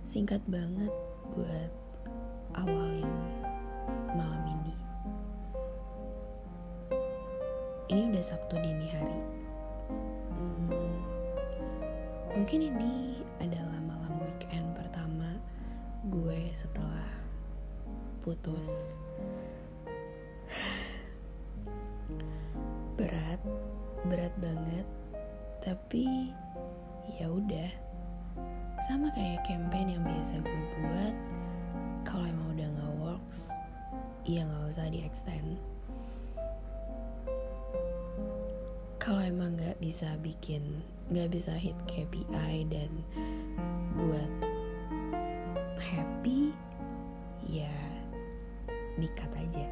Singkat banget buat awalin malam ini. Ini udah Sabtu dini hari. Mungkin ini adalah malam weekend pertama gue setelah putus. Berat banget. Tapi ya udah. Sama kayak campaign yang biasa gue buat, kalau emang udah gak works, ya gak usah di-extend. Kalau emang gak bisa hit KPI dan buat happy, ya di-cut aja.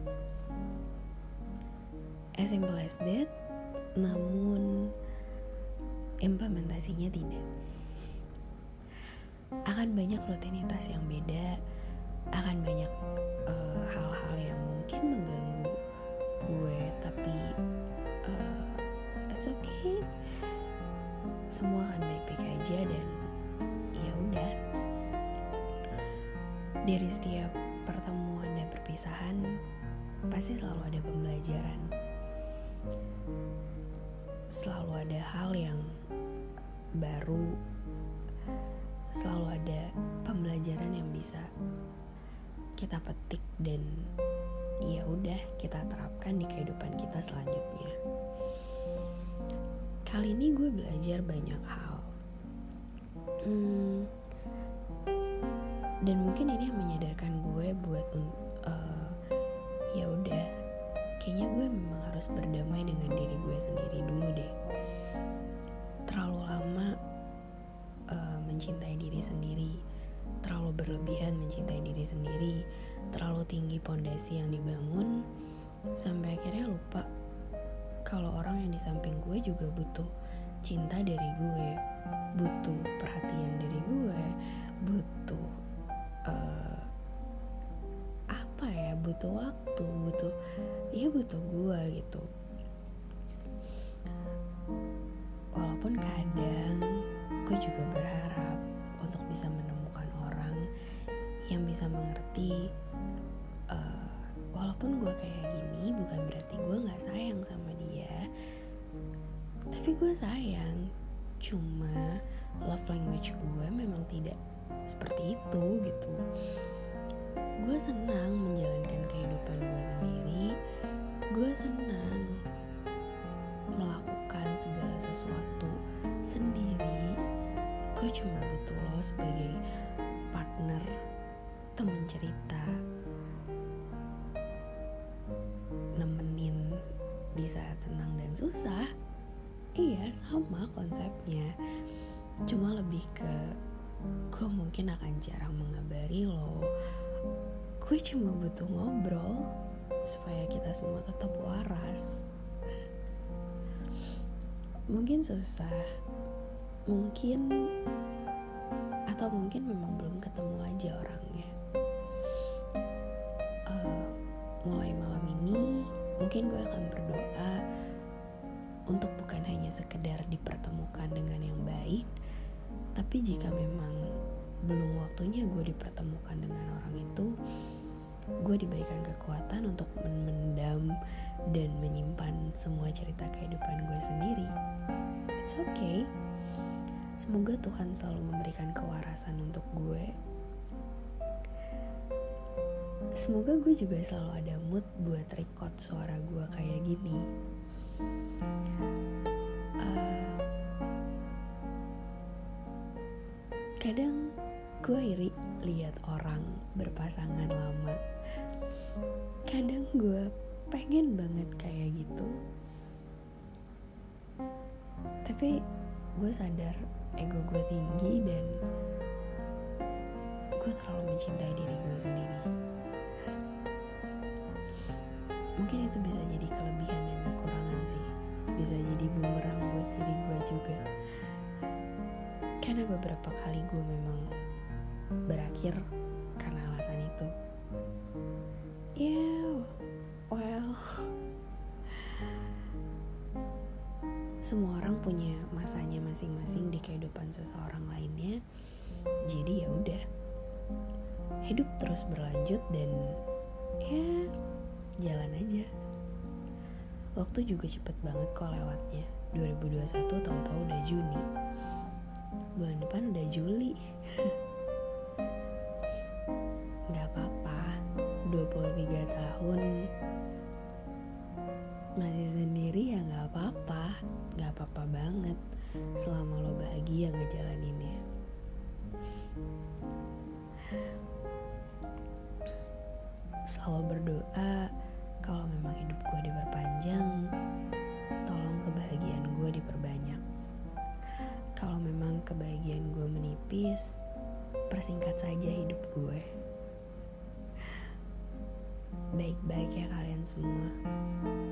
As simple as that, namun implementasinya tidak. Akan banyak rutinitas yang beda, akan banyak hal-hal yang mungkin mengganggu gue, tapi it's okay, semua akan baik-baik aja. Dan ya udah, dari setiap pertemuan dan perpisahan pasti selalu ada pembelajaran, selalu ada hal yang baru, selalu ada pembelajaran yang bisa kita petik dan ya udah kita terapkan di kehidupan kita selanjutnya. Kali ini gue belajar banyak hal, dan mungkin ini yang menyadarkan gue buat ya udah, kayaknya gue memang harus berdamai dengan diri gue sendiri dulu deh. Terlalu lama mencintai diri sendiri, terlalu berlebihan mencintai diri sendiri, terlalu tinggi pondasi yang dibangun, sampai akhirnya lupa kalau orang yang di samping gue juga butuh cinta dari gue, butuh perhatian dari gue, butuh butuh waktu, butuh gue gitu. Walaupun kadang gue juga berharap untuk bisa menemukan orang yang bisa mengerti, walaupun gue kayak gini bukan berarti gue gak sayang sama dia, tapi gue sayang, cuma love language gue memang tidak seperti itu gitu. Gue senang menjalankan kehidupan gue sendiri, gue senang melakukan segala sesuatu sendiri. Gue cuma butuh lo sebagai partner, temen cerita, nemenin di saat senang dan susah. Iya, sama konsepnya, cuma lebih ke gue mungkin akan jarang mengabari lo. Gue cuma butuh ngobrol supaya kita semua tetap waras. Mungkin susah, mungkin memang belum ketemu aja orangnya. Mulai malam ini mungkin gue akan berdoa untuk bukan hanya sekedar dipertemukan dengan yang baik, tapi jika memang belum waktunya gue dipertemukan dengan orang itu, gue diberikan kekuatan untuk memendam dan menyimpan semua cerita kehidupan gue sendiri. It's okay. Semoga Tuhan selalu memberikan kewarasan untuk gue. Semoga gue juga selalu ada mood buat record suara gue kayak gini. Kadang gue iri lihat orang berpasangan lama. Kadang gue pengen banget kayak gitu. Tapi gue sadar ego gue tinggi dan gue terlalu mencintai diri gue sendiri. Mungkin itu bisa jadi kelebihan dan kekurangan sih. Bisa jadi bumerang buat diri gue juga. Karena beberapa kali gue memang berakhir karena alasan itu. Well, semua orang punya masanya masing-masing di kehidupan seseorang lainnya. Jadi ya udah, hidup terus berlanjut dan ya jalan aja. Waktu juga cepet banget kok lewatnya. 2021 tahu-tahu udah Juni. Bulan depan udah Juli. Gak apa-apa, 23 tahun masih sendiri ya gak apa-apa. Gak apa-apa banget selama lo bahagia ngejalaninnya. Selalu berdoa kalau memang hidup gue diperpanjang, tolong kebahagiaan gue diperbanyak. Kalau memang kebahagiaan gue menipis, persingkat saja hidup gue. Baik-baik ya kalian semua.